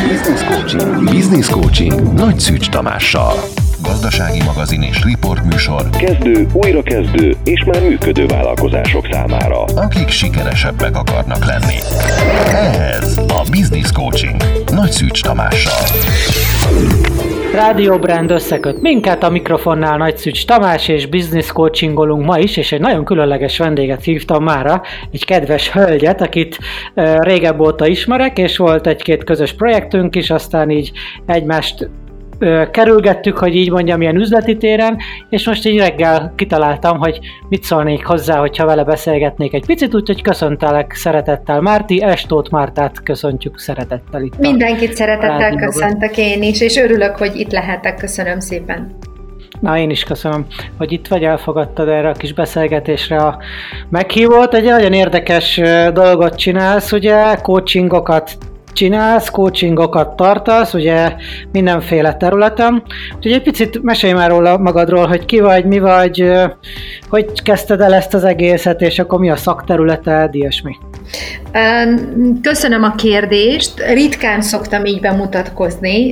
Business Coaching Nagy Szűcs Tamással. Gazdasági magazin és riportműsor kezdő, újrakezdő és már működő vállalkozások számára, akik sikeresebbek akarnak lenni. Ez a Business Coaching Nagy Szűcs Tamással. Rádió Brand összeköt minket, a mikrofonnál Nagy Szűcs Tamás, és business coachingolunk ma is, és egy nagyon különleges vendéget hívtam mára, egy kedves hölgyet, akit régebb óta ismerek, és volt egy-két közös projektünk is, aztán így egymást kerülgettük, hogy így mondjam, ilyen üzleti téren, és most így reggel kitaláltam, hogy mit szólnék hozzá, hogyha vele beszélgetnék egy picit, úgyhogy köszöntelek szeretettel Márti, Estóth Mártát köszöntjük szeretettel itt. Mindenkit szeretettel köszöntök én is, és örülök, hogy itt lehetek, köszönöm szépen. Na, én is köszönöm, hogy itt vagy, elfogadtad erre a kis beszélgetésre a meghívót. Egy nagyon érdekes dolgot csinálsz, ugye, coachingokat tartasz, ugye mindenféle területen. Úgyhogy egy picit mesélj már róla magadról, hogy ki vagy, mi vagy, hogy kezdted el ezt az egészet, és akkor mi a szakterületed, ilyesmi. Köszönöm a kérdést, ritkán szoktam így bemutatkozni.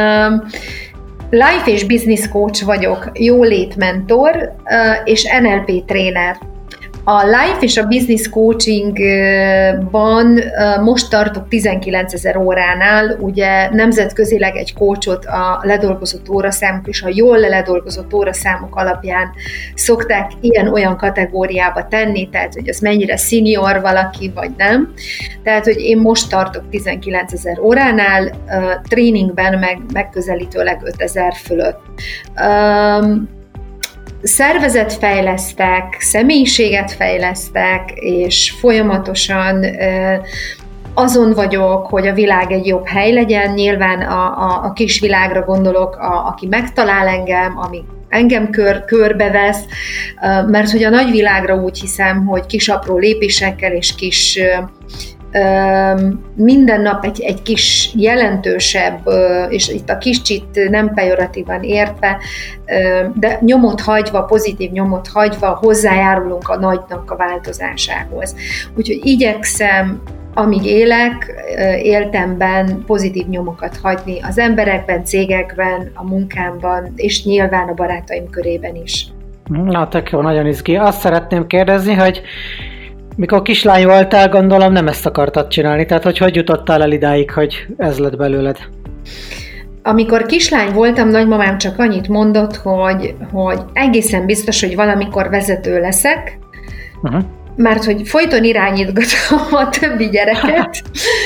Life és business coach vagyok, jólétmentor és NLP tréner. A Life és a Business Coachingban most tartok 19 000 óránál, ugye nemzetközileg egy coachot a ledolgozott óraszámok és a jól ledolgozott óraszámok alapján szokták ilyen-olyan kategóriába tenni, tehát hogy az mennyire senior valaki, vagy nem. Tehát, hogy én most tartok 19 000 óránál, tréningben meg megközelítőleg 5000 fölött. Szervezet fejlesztek, személyiséget fejlesztek, és folyamatosan azon vagyok, hogy a világ egy jobb hely legyen. Nyilván a kis világra gondolok, aki megtalál engem, ami engem körbevesz, mert hogy a nagy világra úgy hiszem, hogy kis apró lépésekkel és kis minden nap egy kis jelentősebb, és itt a kicsit nem pejoratívan értve, de nyomot hagyva, pozitív nyomot hagyva hozzájárulunk a nagynak a változásához. Úgyhogy igyekszem, amíg éltemben pozitív nyomokat hagyni az emberekben, cégekben, a munkámban, és nyilván a barátaim körében is. Na, tök jó, nagyon izgi. Azt szeretném kérdezni, hogy mikor kislány voltál, gondolom nem ezt akartad csinálni, tehát hogy jutottál el idáig, hogy ez lett belőled? Amikor kislány voltam, nagymamám csak annyit mondott, hogy egészen biztos, hogy valamikor vezető leszek, mert hogy folyton irányítgatom a többi gyereket,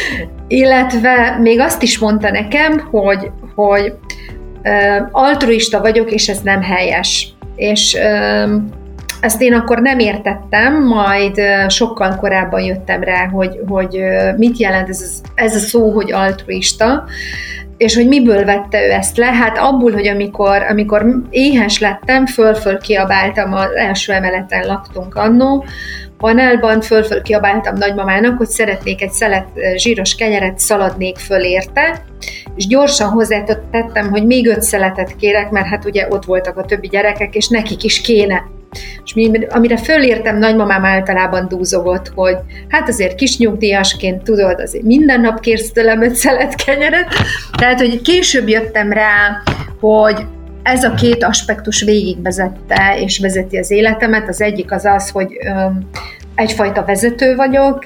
illetve még azt is mondta nekem, hogy altruista vagyok, és ez nem helyes. És ezt én akkor nem értettem, majd sokkal korábban jöttem rá, hogy mit jelent ez a szó, hogy altruista, és hogy miből vette ő ezt le. Hát abból, hogy amikor éhes lettem, föl kiabáltam, az első emeleten laktunk annó, panelban föl kiabáltam nagymamának, hogy szeretnék egy szelet zsíros kenyeret, szaladnék föl érte, és gyorsan hozzátettem, hogy még 5 szeletet kérek, mert hát ugye ott voltak a többi gyerekek, és nekik is kéne. És amire fölértem, nagymamám általában dúzogott, hogy hát azért kis nyugdíjasként tudod, azért minden nap kérsz tőlem 5 szelet kenyeret. Tehát, hogy később jöttem rá, hogy ez a két aspektus végigvezette és vezeti az életemet. Az egyik az, hogy egyfajta vezető vagyok,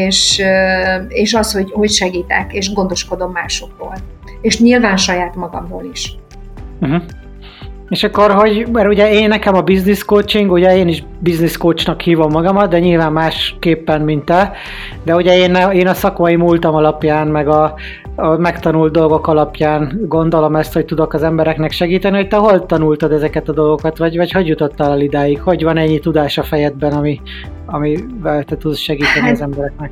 és az, hogy segítek, és gondoskodom másokról. És nyilván saját magamról is. Uh-huh. És akkor, mert ugye nekem a business coaching, ugye én is business coachnak hívom magamat, de nyilván másképpen, mint te, de ugye én a szakmai múltam alapján, meg a megtanult dolgok alapján gondolom ezt, hogy tudok az embereknek segíteni, hogy te hol tanultad ezeket a dolgokat, vagy hogy jutottál el idáig, hogy van ennyi tudás a fejedben, amivel te tudsz segíteni az embereknek?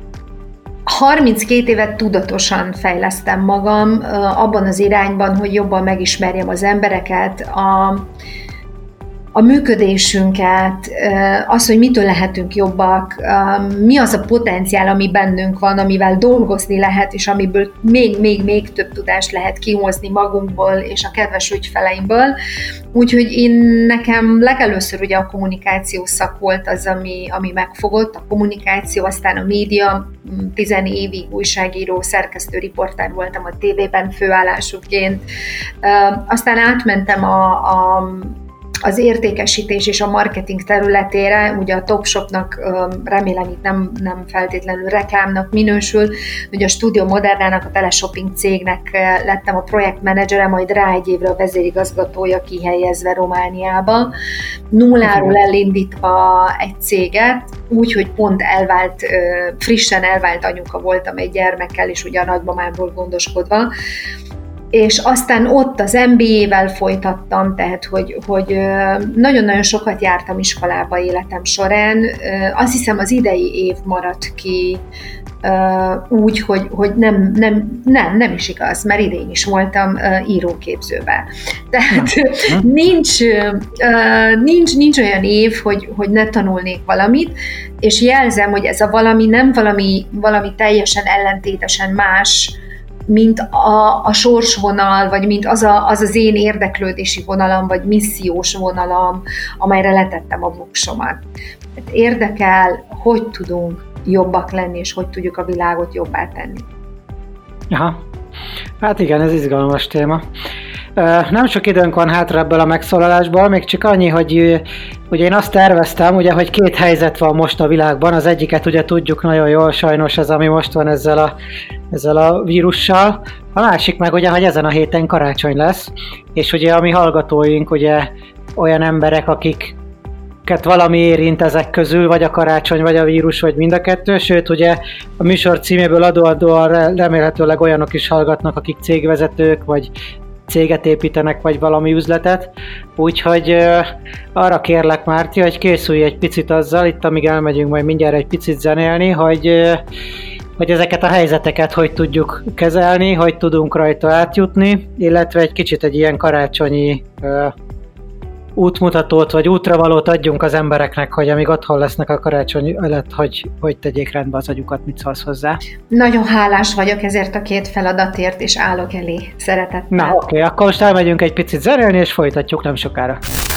32 évet tudatosan fejlesztem magam abban az irányban, hogy jobban megismerjem az embereket. a működésünket, az, hogy mitől lehetünk jobbak, mi az a potenciál, ami bennünk van, amivel dolgozni lehet, és amiből még több tudást lehet kihozni magunkból és a kedves ügyfeleimből. Úgyhogy nekem legelőször ugye a kommunikáció szak volt az, ami megfogott, a kommunikáció, aztán a média, 10 évig újságíró, szerkesztő, riporter voltam a tévében főállásúként, aztán átmentem az értékesítés és a marketing területére, ugye a Topshopnak remélem itt nem feltétlenül reklámnak minősül, ugye a Studio Modernának, a teleshopping cégnek lettem a projektmenedzsere, majd rá egy évre a vezérigazgatója kihelyezve Romániába, nulláról elindítva egy céget, úgyhogy pont frissen elvált anyuka voltam egy gyermekkel, és ugye a nagymamámról gondoskodva, és aztán ott az MBA-vel folytattam, tehát hogy nagyon-nagyon sokat jártam iskolába életem során. Azt hiszem az idei év maradt ki úgy, hogy nem is igaz, mert idén is voltam íróképzőben. Tehát nincs olyan év, hogy ne tanulnék valamit, és jelzem, hogy ez a valami nem valami teljesen ellentétesen más, mint a sorsvonal, vagy mint az én érdeklődési vonalam, vagy missziós vonalam, amelyre letettem a voksomat. Érdekel, hogy tudunk jobbak lenni, és hogy tudjuk a világot jobbá tenni. Aha. Hát igen, ez izgalmas téma. Nem sok időnk van hátra ebből a megszólalásból, még csak annyi, hogy ugye én azt terveztem, ugye, hogy 2 helyzet van most a világban, az egyiket ugye tudjuk nagyon jól, sajnos ez, ami most van ezzel a vírussal, a másik meg ugye, hogy ezen a héten karácsony lesz, és ugye a mi hallgatóink ugye olyan emberek, akiket valami érint ezek közül, vagy a karácsony, vagy a vírus, vagy mind a kettő, sőt ugye a műsor címéből adódóan remélhetőleg olyanok is hallgatnak, akik cégvezetők, vagy céget építenek, vagy valami üzletet. Úgyhogy arra kérlek, Márti, hogy készülj egy picit azzal, itt amíg elmegyünk majd mindjárt egy picit zenélni, hogy ezeket a helyzeteket hogy tudjuk kezelni, hogy tudunk rajta átjutni, illetve egy kicsit egy ilyen karácsonyi útmutatót vagy útravalót adjunk az embereknek, hogy amíg otthon lesznek a karácsony előtt, hogy tegyék rendbe az agyukat, mit szólsz hozzá. Nagyon hálás vagyok ezért a 2 feladatért, és állok elé szeretettel. Na oké, akkor most elmegyünk egy picit zenélni, és folytatjuk nem sokára.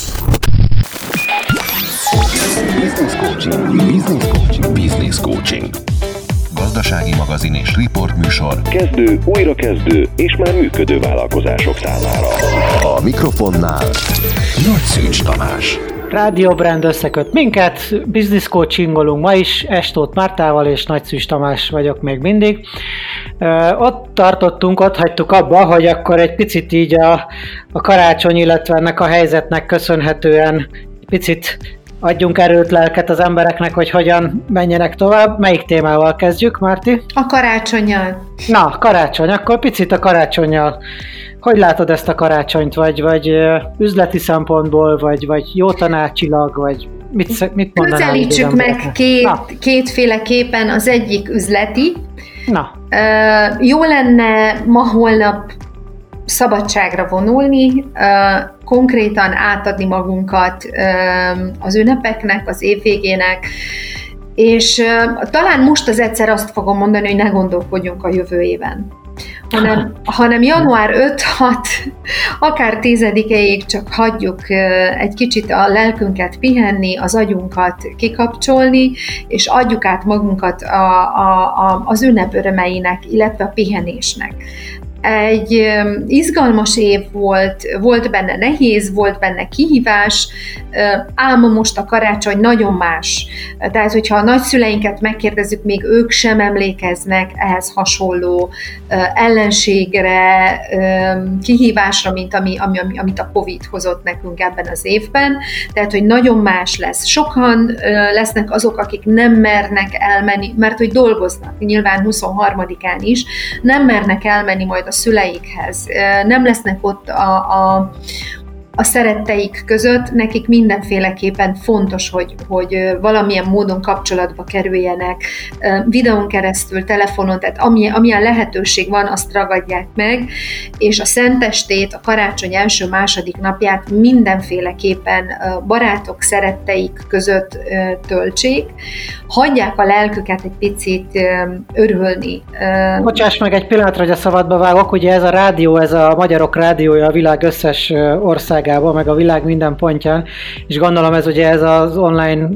Business Coaching. Gazdasági magazin és riportműsor kezdő, újrakezdő és már működő vállalkozások számára. A mikrofonnál Nagy Szűcs Tamás. Rádió Brand összeköt minket, business coachingolunk ma is, Estóth Mártával és Nagy Szűcs Tamás vagyok még mindig. Ott hagytuk abba, hogy akkor egy picit így a karácsony, illetve ennek a helyzetnek köszönhetően picit adjunk erőt, lelket az embereknek, hogy hogyan menjenek tovább. Melyik témával kezdjük, Márti? A karácsonnyal. Na, karácsony, akkor picit a karácsonnyal. Hogy látod ezt a karácsonyt, vagy üzleti szempontból, vagy jó tanácsilag, vagy mit mondanál? Közelítsük meg kétféleképpen, az egyik üzleti. Na. Jó lenne ma-holnap szabadságra vonulni, konkrétan átadni magunkat az ünnepeknek, az évvégének, és talán most az egyszer azt fogom mondani, hogy ne gondolkodjunk a jövő éven, hanem január 5-6, akár 10-ig csak hagyjuk egy kicsit a lelkünket pihenni, az agyunkat kikapcsolni, és adjuk át magunkat az ünnep örömeinek, illetve a pihenésnek. Egy izgalmas év volt benne nehéz, volt benne kihívás, ám most a karácsony nagyon más. Tehát, hogyha a nagyszüleinket megkérdezzük, még ők sem emlékeznek ehhez hasonló ellenségre, kihívásra, mint amit a Covid hozott nekünk ebben az évben. Tehát, hogy nagyon más lesz. Sokan lesznek azok, akik nem mernek elmenni, mert hogy dolgoznak, nyilván 23-án is, nem mernek elmenni majd a szüleikhez. Nem lesznek ott a szeretteik között, nekik mindenféleképpen fontos, hogy valamilyen módon kapcsolatba kerüljenek, videón keresztül, telefonon, tehát amilyen lehetőség van, azt ragadják meg, és a szentestét, a karácsony első-második napját mindenféleképpen barátok, szeretteik között töltsék, hagyják a lelküket egy picit örülni. Bocsáss meg egy pillanatra, hogy a szabadba vágok, ugye ez a rádió, ez a Magyarok Rádiója a világ összes országában, meg a világ minden pontján, és gondolom ez ugye ez az online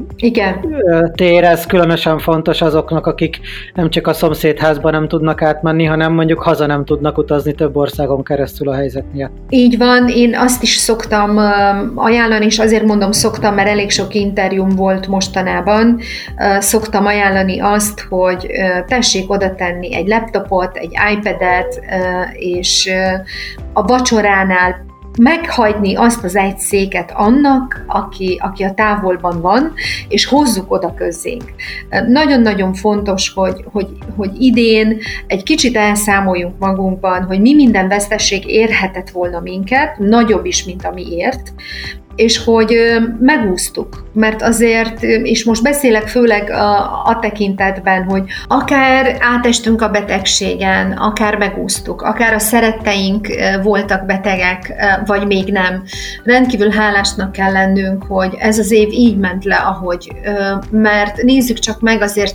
tér, ez különösen fontos azoknak, akik nem csak a szomszédházban nem tudnak átmenni, hanem mondjuk haza nem tudnak utazni több országon keresztül a helyzet miatt. Így van, én azt is szoktam ajánlani, és azért mondom szoktam, mert elég sok interjúm volt mostanában, szoktam ajánlani azt, hogy tessék oda tenni egy laptopot, egy iPad-et, és a vacsoránál meghagyni azt az egy széket annak, aki a távolban van, és hozzuk oda közzénk. Nagyon-nagyon fontos, hogy idén egy kicsit elszámoljunk magunkban, hogy mi minden vesztesség érhetett volna minket, nagyobb is, mint ami ért, és hogy megúsztuk, mert azért, és most beszélek főleg a tekintetben, hogy akár átestünk a betegségen, akár megúsztuk, akár a szeretteink voltak betegek, vagy még nem. Rendkívül hálásnak kell lennünk, hogy ez az év így ment le, ahogy, mert nézzük csak meg azért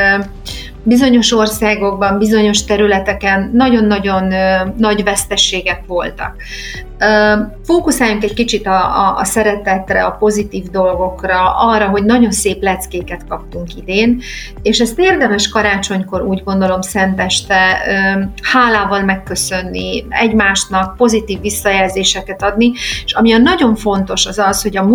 bizonyos országokban, bizonyos területeken nagyon-nagyon nagy veszteségek voltak. Fókuszáljunk egy kicsit a szeretetre, a pozitív dolgokra, arra, hogy nagyon szép leckéket kaptunk idén, és ezt érdemes karácsonykor, úgy gondolom, szenteste hálával megköszönni, egymásnak pozitív visszajelzéseket adni, és ami a nagyon fontos az az, hogy a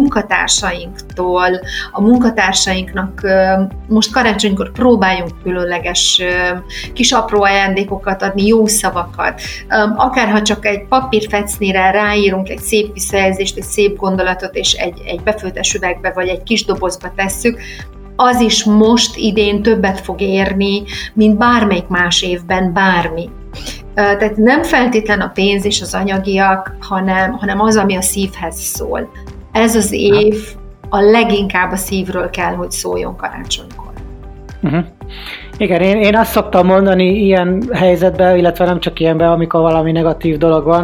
munkatársainknak most karácsonykor próbáljunk különleges kis apró ajándékokat adni, jó szavakat, akárha csak egy papírfecnére ráírunk egy szép visszajelzést, egy szép gondolatot, és egy befőttes üvegbe, vagy egy kis dobozba tesszük, az is most idén többet fog érni, mint bármelyik más évben bármi. Tehát nem feltétlen a pénz és az anyagiak, hanem az, ami a szívhez szól. Ez az év a leginkább a szívről kell, hogy szóljon karácsonykor. Uh-huh. Igen, én azt szoktam mondani ilyen helyzetben, illetve nem csak ilyenben, amikor valami negatív dolog van,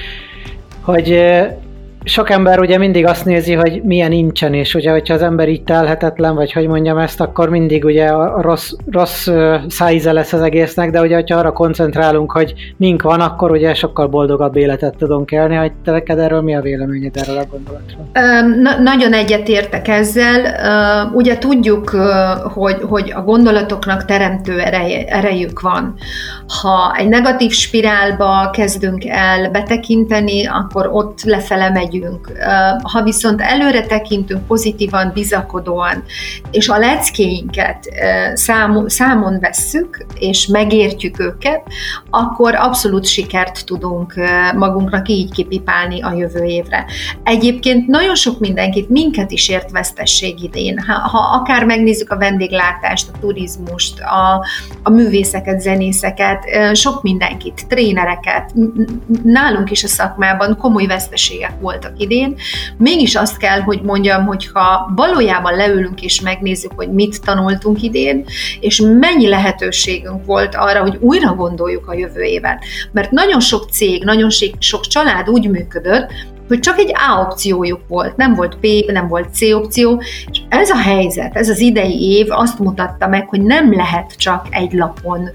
hogy sok ember ugye mindig azt nézi, hogy milyen nincsen, és ugye, hogyha az ember így telhetetlen, vagy hogy mondjam ezt, akkor mindig ugye a rossz szájíze lesz az egésznek, de ugye, hogyha arra koncentrálunk, hogy mink van, akkor ugye sokkal boldogabb életet tudunk élni. Hogy te neked erről mi a véleményed erről a gondolatról? Nagyon egyetértek ezzel. Ugye tudjuk, hogy a gondolatoknak teremtő erejük van. Ha egy negatív spirálba kezdünk el betekinteni, akkor ott lefele megyünk. Ha viszont előre tekintünk pozitívan, bizakodóan, és a leckéinket számon vesszük, és megértjük őket, akkor abszolút sikert tudunk magunknak így kipipálni a jövő évre. Egyébként nagyon sok mindenkit, minket is ért vesztesség idén. Ha akár megnézzük a vendéglátást, a turizmust, a művészeket, zenészeket, sok mindenkit, trénereket, nálunk is a szakmában komoly veszteségek voltak idén. Mégis azt kell, hogy mondjam, hogy ha valójában leülünk és megnézzük, hogy mit tanultunk idén, és mennyi lehetőségünk volt arra, hogy újra gondoljuk a jövő évet. Mert nagyon sok cég, nagyon sok család úgy működött, hogy csak egy A opciójuk volt, nem volt B, nem volt C opció, és ez a helyzet, ez az idei év azt mutatta meg, hogy nem lehet csak egy lapon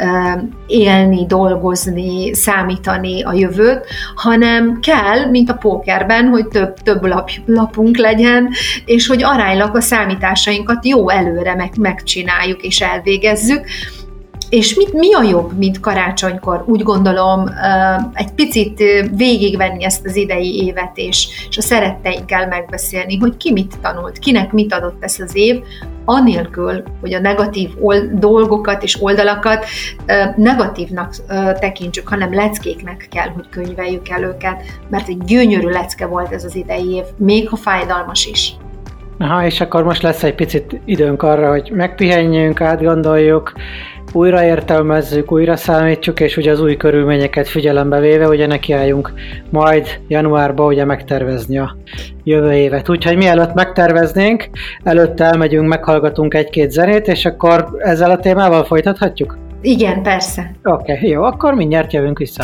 élni, dolgozni, számítani a jövőt, hanem kell, mint a pókerben, hogy több lapunk legyen, és hogy aránylag a számításainkat jó előre megcsináljuk és elvégezzük. És mi a jobb, mint karácsonykor? Úgy gondolom, egy picit végigvenni ezt az idei évet, és a szeretteinkkel megbeszélni, hogy ki mit tanult, kinek mit adott ez az év, anélkül, hogy a negatív dolgokat és oldalakat negatívnak tekintsük, hanem leckéknek kell, hogy könyveljük el őket, mert egy gyönyörű lecke volt ez az idei év, még ha fájdalmas is. Aha, és akkor most lesz egy picit időnk arra, hogy megpihenjünk, átgondoljuk, újraértelmezzük, újra számítsuk, és ugye az új körülményeket figyelembe véve, ugye nekiálljunk majd januárban ugye megtervezni a jövő évet. Úgyhogy mielőtt megterveznénk, előtte elmegyünk, meghallgatunk egy-két zenét, és akkor ezzel a témával folytathatjuk? Igen, persze. Oké, jó, akkor mindjárt jövünk vissza.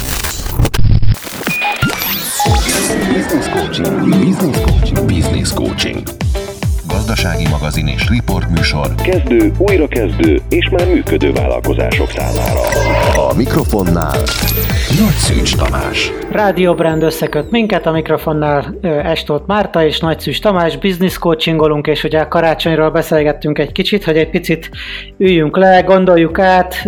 Business Coaching. Gazdasági magazin és riportműsor kezdő, újrakezdő és már működő vállalkozások számára. A mikrofonnál Nagy Szűcs Tamás. Rádió Brand összeköt minket, a mikrofonnál Estóth Márta és Nagy Szűcs Tamás, business coachingolunk, és ugye karácsonyról beszélgettünk egy kicsit, hogy egy picit üljünk le, gondoljuk át,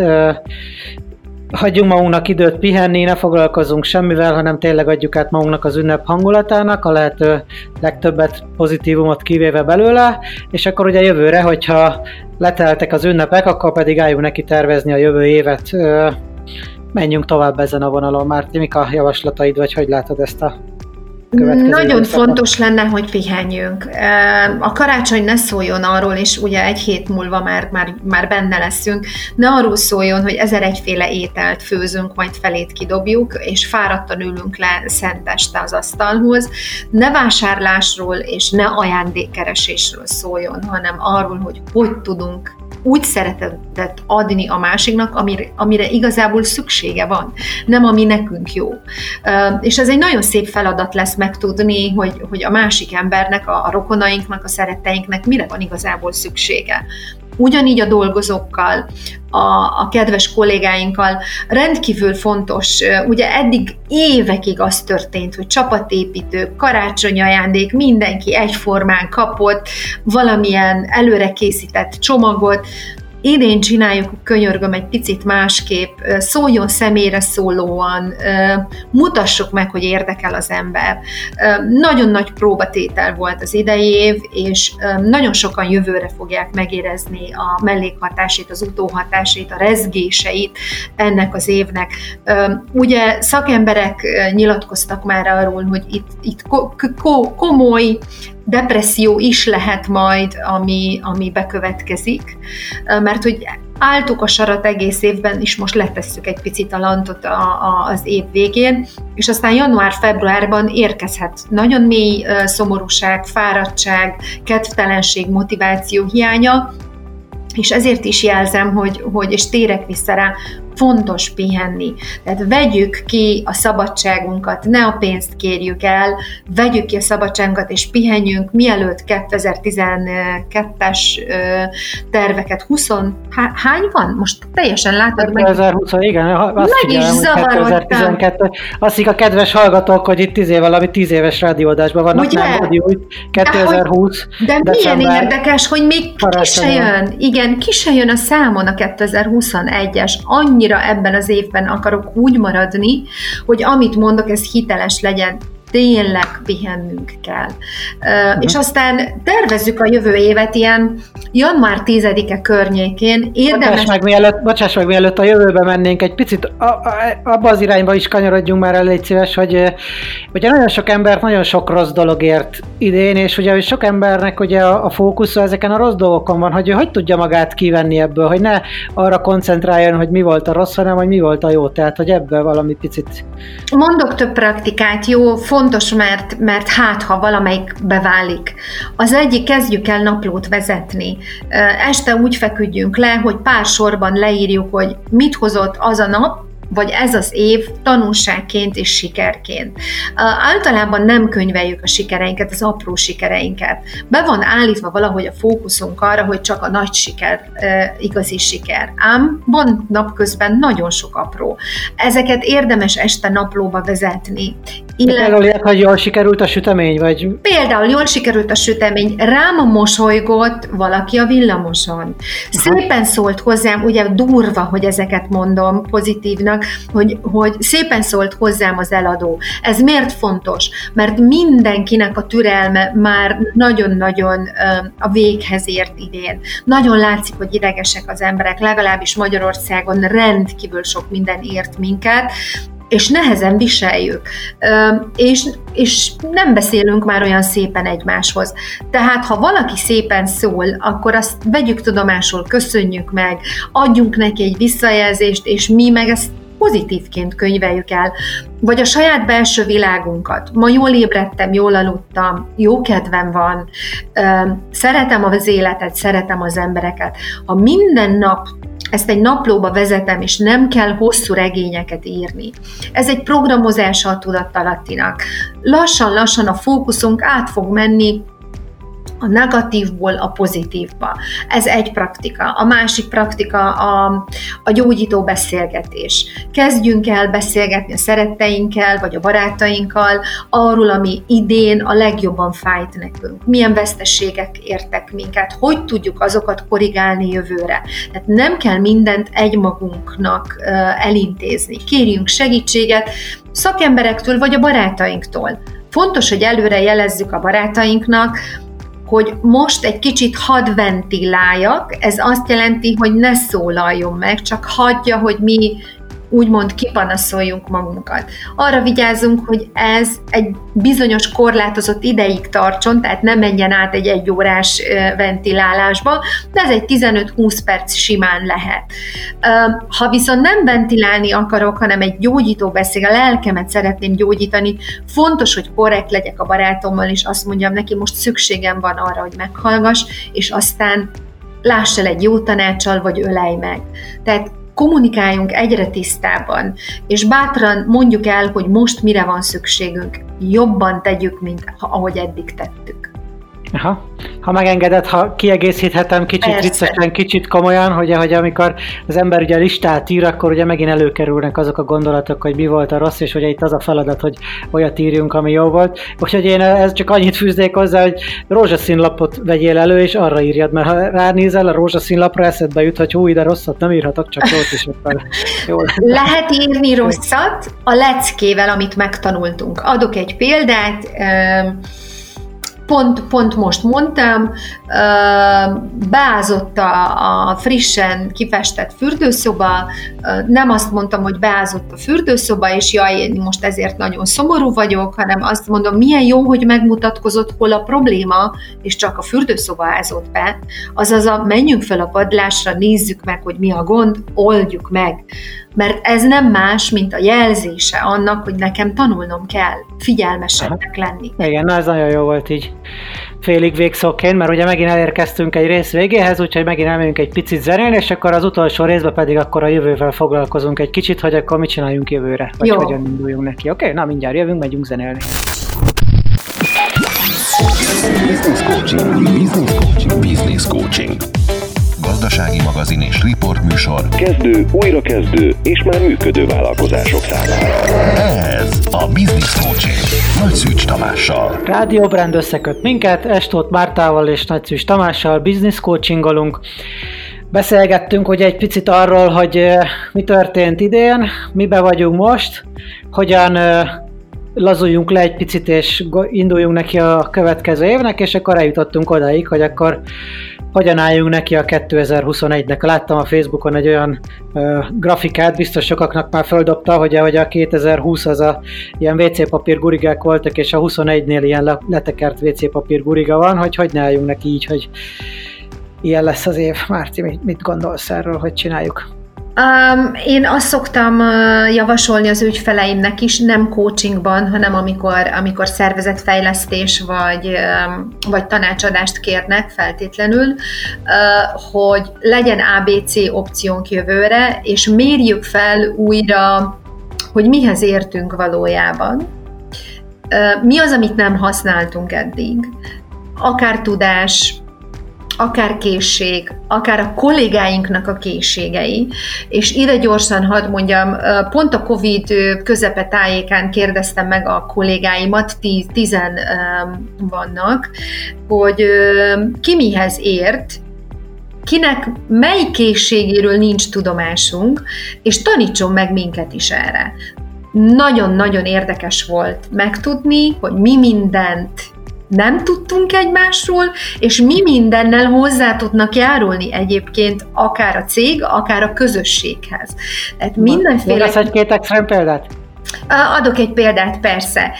hagyjunk magunknak időt pihenni, ne foglalkozzunk semmivel, hanem tényleg adjuk át magunknak az ünnep hangulatának, a lehető legtöbbet pozitívumot kivéve belőle, és akkor ugye jövőre, hogyha leteltek az ünnepek, akkor pedig álljunk neki tervezni a jövő évet. Menjünk tovább ezen a vonalon. Márti, mik a javaslataid, vagy hogy látod ezt a nagyon fontos lenne, hogy pihenjünk. A karácsony ne szóljon arról, és ugye egy hét múlva már benne leszünk, ne arról szóljon, hogy 1001 ételt főzünk, majd felét kidobjuk, és fáradtan ülünk le szenteste az asztalhoz. Ne vásárlásról és ne ajándékkeresésről szóljon, hanem arról, hogy tudunk úgy szeretetet adni a másiknak, amire igazából szüksége van, nem ami nekünk jó. És ez egy nagyon szép feladat lesz megtudni, hogy a másik embernek, a rokonainknak, a szeretteinknek mire van igazából szüksége. Ugyanígy a dolgozókkal, a kedves kollégáinkkal rendkívül fontos, ugye eddig évekig az történt, hogy csapatépítők, karácsonyi ajándék, mindenki egyformán kapott valamilyen előre készített csomagot. Idén csináljuk, könyörgöm, egy picit másképp, szóljon személyre szólóan, mutassuk meg, hogy érdekel az ember. Nagyon nagy próbatétel volt az idei év, és nagyon sokan jövőre fogják megérezni a mellékhatásait, az utóhatásait, a rezgéseit ennek az évnek. Ugye szakemberek nyilatkoztak már arról, hogy itt komoly depresszió is lehet majd, ami bekövetkezik, mert hogy álltuk a sarat egész évben, és most letesszük egy picit a lantot az év végén, és aztán január-februárban érkezhet nagyon mély szomorúság, fáradtság, kedvtelenség, motiváció hiánya, és ezért is jelzem, hogy és térek vissza rá, fontos pihenni. Tehát vegyük ki a szabadságunkat, ne a pénzt kérjük el, vegyük ki a szabadságunkat és pihenjünk, mielőtt 2012-es terveket 20... Hány van? Most teljesen látod 2020, igen, azt meg is zavarodtam. 2012. Azt a kedves hallgatók, hogy itt 10 éves rádióadásban vannak, ugye? Nem rádió, 2020. De milyen érdekes, hogy még ki se jön. Igen, ki se jön a számon a 2021-es. Annyira ebben az évben akarok úgy maradni, hogy amit mondok, ez hiteles legyen. Tényleg pihennünk kell. És aztán tervezzük a jövő évet ilyen január 10-e környékén. Bocsáss meg, mielőtt a jövőbe mennénk, egy picit abba az irányba is kanyarodjunk már el, légy szíves, hogy ugye nagyon sok embert nagyon sok rossz dolog ért idén, és ugye sok embernek ugye a fókusza ezeken a rossz dolgokon van, hogy tudja magát kivenni ebből, hogy ne arra koncentráljon, hogy mi volt a rossz, hanem hogy mi volt a jó, tehát hogy ebből valami picit... Mondok több praktikát, jó, fontos, mert hát, ha valamelyik beválik. Az egyik, kezdjük el naplót vezetni. Este úgy feküdjünk le, hogy pár sorban leírjuk, hogy mit hozott az a nap, vagy ez az év tanulságként és sikerként. Általában nem könyveljük a sikereinket, az apró sikereinket. Be van állítva valahogy a fókuszunk arra, hogy csak a nagy siker igazi siker. Ám van napközben nagyon sok apró. Ezeket érdemes este naplóba vezetni. Például ilyet, hogy jól sikerült a sütemény, vagy... Például jól sikerült a sütemény, rám mosolygott valaki a villamoson. Szépen szólt hozzám, ugye durva, hogy ezeket mondom pozitívnak, hogy szépen szólt hozzám az eladó. Ez miért fontos? Mert mindenkinek a türelme már nagyon-nagyon a véghez ért idén. Nagyon látszik, hogy idegesek az emberek, legalábbis Magyarországon rendkívül sok minden ért minket, és nehezen viseljük, és nem beszélünk már olyan szépen egymáshoz. Tehát, ha valaki szépen szól, akkor azt vegyük tudomásul, köszönjük meg, adjunk neki egy visszajelzést, és mi meg ezt pozitívként könyveljük el, vagy a saját belső világunkat. Ma jól ébredtem, jól aludtam, jó kedvem van, szeretem az életet, szeretem az embereket. Ha minden nap ezt egy naplóba vezetem, és nem kell hosszú regényeket írni. Ez egy programozása a tudattalattinak. Lassan-lassan a fókuszunk át fog menni a negatívból a pozitívba. Ez egy praktika. A másik praktika a gyógyító beszélgetés. Kezdjünk el beszélgetni a szeretteinkkel, vagy a barátainkkal arról, ami idén a legjobban fájt nekünk. Milyen veszteségek értek minket, hogy tudjuk azokat korrigálni jövőre. Tehát nem kell mindent egymagunknak elintézni. Kérjünk segítséget szakemberektől, vagy a barátainktól. Fontos, hogy előre jelezzük a barátainknak, hogy most egy kicsit hadd ventiláljak, ez azt jelenti, hogy ne szólaljon meg, csak hagyja, hogy mi úgymond kipanaszoljunk magunkat. Arra vigyázzunk, hogy ez egy bizonyos korlátozott ideig tartson, tehát ne menjen át egy 1 órás ventilálásba, de ez egy 15-20 perc simán lehet. Ha viszont nem ventilálni akarok, hanem egy gyógyító beszél, a lelkemet szeretném gyógyítani, fontos, hogy korrekt legyek a barátommal, és azt mondjam neki, most szükségem van arra, hogy meghallgass, és aztán láss el egy jó tanáccsal, vagy ölelj meg. Tehát kommunikáljunk egyre tisztában, és bátran mondjuk el, hogy most mire van szükségünk. Jobban tegyük, mint ahogy eddig tettük. Aha. Ha megengeded, ha kiegészíthetem kicsit viccesen, kicsit komolyan, hogy amikor az ember ugye listát ír, akkor ugye megint előkerülnek azok a gondolatok, hogy mi volt a rossz, és ugye itt az a feladat, hogy olyat írjunk, ami jó volt. Úgyhogy én ez csak annyit fűznék hozzá, hogy rózsaszínlapot vegyél elő, és arra írjad, mert ha ránézel a rózsaszínlapra, eszedbe jut, hogy hú, ide rosszat nem írhatok, csak jót is. Jól. Lehet írni rosszat a leckével, amit megtanultunk. Adok egy példát, Pont most mondtam, beázott a frissen kifestett fürdőszoba, nem azt mondtam, hogy beázott a fürdőszoba, és jaj, én most ezért nagyon szomorú vagyok, hanem azt mondom, milyen jó, hogy megmutatkozott, hol a probléma, és csak a fürdőszoba ázott be. Azaz menjünk fel a padlásra, nézzük meg, hogy mi a gond, oldjuk meg. Mert ez nem más, mint a jelzése annak, hogy nekem tanulnom kell, figyelmesebbnek lenni. Igen, ez nagyon jó volt így félig végszóként, mert ugye megint elérkeztünk egy rész végéhez, úgyhogy megint elmegyünk egy picit zenélni, és akkor az utolsó részben pedig akkor a jövővel foglalkozunk egy kicsit, hogy akkor mit csináljunk jövőre, vagy hogyan induljunk neki. Oké? Na mindjárt jövünk, megyünk zenélni. Business Coaching. Business Coaching. Gazdasági magazin és riportműsor kezdő, újrakezdő és már működő vállalkozások számára. Ez a Business Coaching Nagy Szűcs Tamással. Rádió Brand összeköt minket, Estóth Mártával és Nagy Szűcs Tamással business coachingolunk. Beszélgettünk ugye egy picit arról, hogy mi történt idén, miben vagyunk most, hogyan lazuljunk le egy picit és induljunk neki a következő évnek, és akkor eljutottunk odaig, hogy akkor hogyan álljunk neki a 2021-nek. Láttam a Facebookon egy olyan grafikát, biztos sokaknak már földobta, hogy a 2020 az a ilyen WC papír gurigák voltak, és a 21-nél ilyen letekert WC papír guriga van, hogy ne álljunk neki így, hogy ilyen lesz az év. Márti, mit gondolsz erről, hogy csináljuk? Én azt szoktam javasolni az ügyfeleimnek is, nem coachingban, hanem amikor szervezetfejlesztés vagy tanácsadást kérnek feltétlenül, hogy legyen ABC opciónk jövőre, és mérjük fel újra, hogy mihez értünk valójában. Mi az, amit nem használtunk eddig? Akár tudás, akár készség, akár a kollégáinknak a készségei, és ide gyorsan hadd mondjam, pont a Covid közepe tájékán kérdeztem meg a kollégáimat, 10 vannak, hogy ki mihez ért, kinek mely készségéről nincs tudomásunk, és tanítson meg minket is erre. Nagyon-nagyon érdekes volt megtudni, hogy mi mindent nem tudtunk egymásról, és mi mindennel hozzá tudnak járulni egyébként akár a cég, akár a közösséghez. Tehát mindenféle... Lesz egy-két extrém példát? Adok egy példát, persze.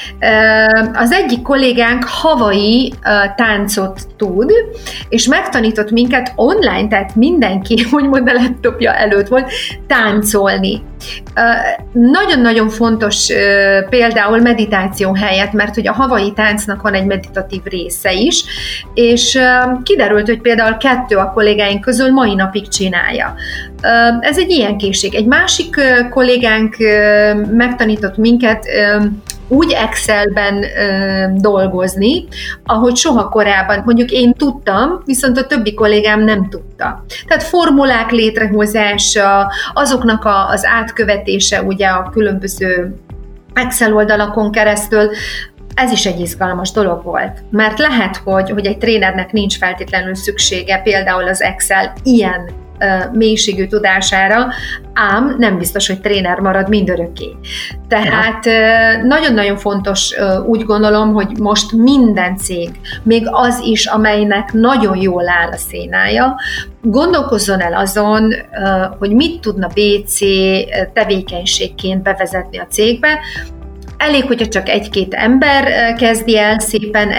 Az egyik kollégánk havai táncot tud, és megtanított minket online, tehát mindenki, úgymond a laptopja előtt volt, táncolni. Nagyon-nagyon fontos például meditáció helyett, mert hogy a havai táncnak van egy meditatív része is, és kiderült, hogy például 2 a kollégáink közül mai napig csinálja. Ez egy ilyen készség. Egy másik kollégánk megtanított minket úgy Excelben dolgozni, ahogy soha korábban, mondjuk én tudtam, viszont a többi kollégám nem tudta. Tehát formulák létrehozása, azoknak az átkövetése ugye a különböző Excel oldalakon keresztül, ez is egy izgalmas dolog volt, mert lehet, hogy egy trénernek nincs feltétlenül szüksége például az Excel ilyen mélységű tudására, ám nem biztos, hogy tréner marad mindörökké. Tehát nagyon-nagyon fontos, úgy gondolom, hogy most minden cég, még az is, amelynek nagyon jól áll a szénája, gondolkozzon el azon, hogy mit tudna BC tevékenységként bevezetni a cégbe. Elég, hogyha csak 1-2 ember kezdi el szépen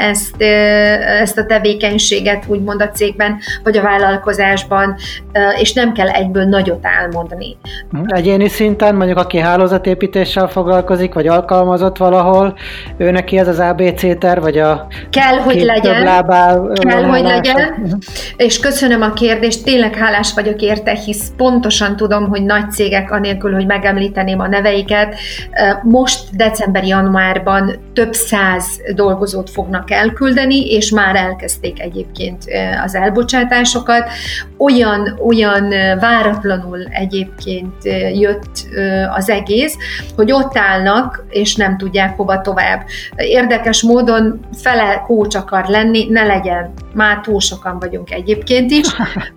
ezt a tevékenységet, úgymond a cégben, vagy a vállalkozásban, és nem kell egyből nagyot álmodni. Egyéni szinten, mondjuk aki hálózatépítéssel foglalkozik, vagy alkalmazott valahol, ő neki ez az ABC terv, vagy a kell, hogy legyen. Kell, hogy legyen. És köszönöm a kérdést, tényleg hálás vagyok érte, hisz pontosan tudom, hogy nagy cégek, anélkül, hogy megemlíteném a neveiket, most december-januárban több 100 dolgozót fognak elküldeni, és már elkezdték egyébként az elbocsátásokat. Olyan váratlanul egyébként jött az egész, hogy ott állnak, és nem tudják hova tovább. Érdekes módon fele coach akar lenni, ne legyen. Már túl sokan vagyunk egyébként is.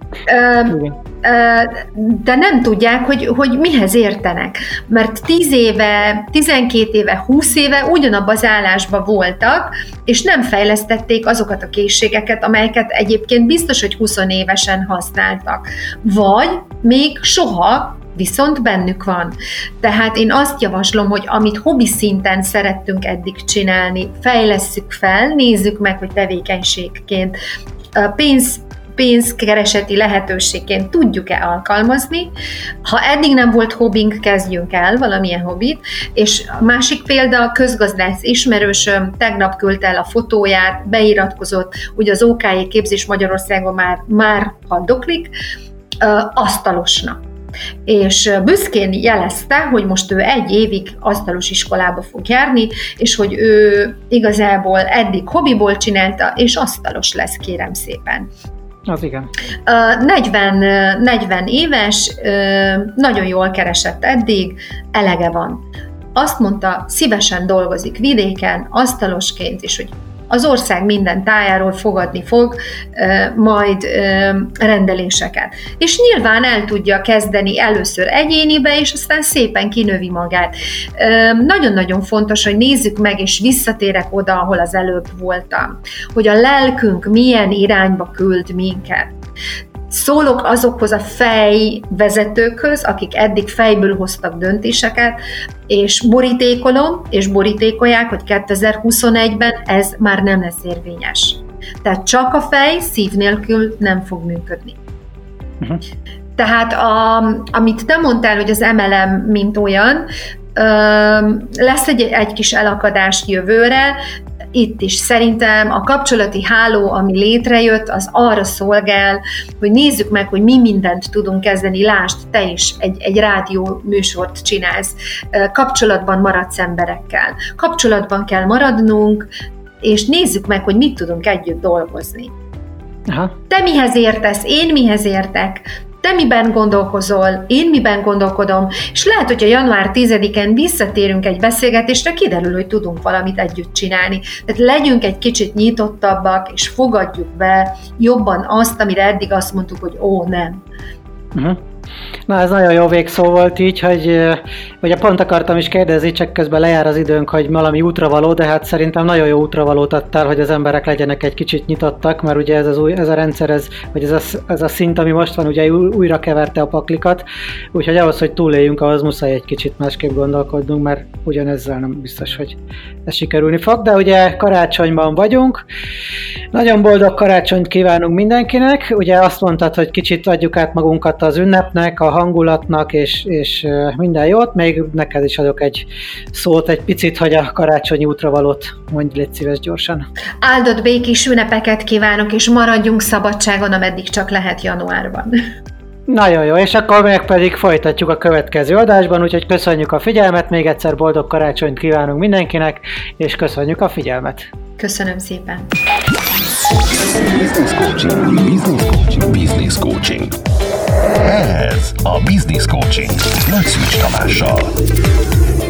De nem tudják, hogy mihez értenek. Mert 10 éve, 12 éve, 20 éve ugyanabban az állásban voltak, és nem fejlesztették azokat a készségeket, amelyeket egyébként biztos, hogy 20 évesen használtak. Vagy még soha, viszont bennük van. Tehát én azt javaslom, hogy amit hobbi szinten szerettünk eddig csinálni, fejlesszük fel, nézzük meg, hogy tevékenységként, pénzkereseti lehetőségként tudjuk-e alkalmazni. Ha eddig nem volt hobbink, kezdjünk el valamilyen hobbit. És a másik példa, a közgazdász ismerősöm tegnap küldte el a fotóját, beiratkozott, ugye az OKJ képzés Magyarországon már haldoklik, asztalosnak. És büszkén jelezte, hogy most ő 1 évig asztalos iskolába fog járni, és hogy ő igazából eddig hobbiból csinálta, és asztalos lesz, kérem szépen. Az igen. 40 éves, nagyon jól keresett eddig, elege van. Azt mondta, szívesen dolgozik vidéken, asztalosként, és hogy az ország minden tájáról fogadni fog majd rendeléseket. És nyilván el tudja kezdeni először egyénibe, és aztán szépen kinövi magát. Nagyon-nagyon fontos, hogy nézzük meg, és visszatérek oda, ahol az előbb voltam, hogy a lelkünk milyen irányba küld minket. Szólok azokhoz a fejvezetőkhöz, akik eddig fejből hoztak döntéseket, és borítékolom, és borítékolják, hogy 2021-ben ez már nem lesz érvényes. Tehát csak a fej, szív nélkül nem fog működni. Tehát amit te mondtál, hogy az MLM mint olyan, lesz egy kis elakadás jövőre. Itt is szerintem a kapcsolati háló, ami létrejött, az arra szolgál, hogy nézzük meg, hogy mi mindent tudunk kezdeni. Lásd, te is egy rádió műsort csinálsz, kapcsolatban maradsz emberekkel. Kapcsolatban kell maradnunk, és nézzük meg, hogy mit tudunk együtt dolgozni. Aha. Te mihez értesz, én mihez értek, te miben gondolkozol, én miben gondolkodom, és lehet, hogy a január 10-en visszatérünk egy beszélgetésre, kiderül, hogy tudunk valamit együtt csinálni. Tehát legyünk egy kicsit nyitottabbak, és fogadjuk be jobban azt, amire eddig azt mondtuk, hogy nem. Na, ez nagyon jó végszó volt így, hogy ugye pont akartam is kérdezni, csak közben lejár az időnk, hogy valami útravaló, de hát szerintem nagyon jó útravalót adtál, hogy az emberek legyenek egy kicsit nyitottak, mert ugye ez a rendszer, vagy ez a szint, ami most van, ugye újra keverte a paklikat, úgyhogy ahhoz, hogy túléljünk, ahhoz muszáj egy kicsit másképp gondolkodnunk, mert ugyanezzel nem biztos, hogy ez sikerülni fog, de ugye karácsonyban vagyunk. Nagyon boldog karácsonyt kívánunk mindenkinek, ugye azt mondtad, hogy kicsit adjuk át magunkat az ünnepnek, a hangulatnak, és minden jót, még neked is adok egy szót, egy picit, hogy a karácsonyi útravalót mondj, légy szíves gyorsan. Áldott békés ünnepeket kívánok, és maradjunk szabadságon, ameddig csak lehet januárban. Nagyon jó, és akkor meg pedig folytatjuk a következő adásban, úgyhogy köszönjük a figyelmet, még egyszer boldog karácsonyt kívánunk mindenkinek, és köszönjük a figyelmet. Köszönöm szépen. Business Coaching. Business Coaching. Business Coaching. Ez a Business Coaching Nagy Szűcs Tamással.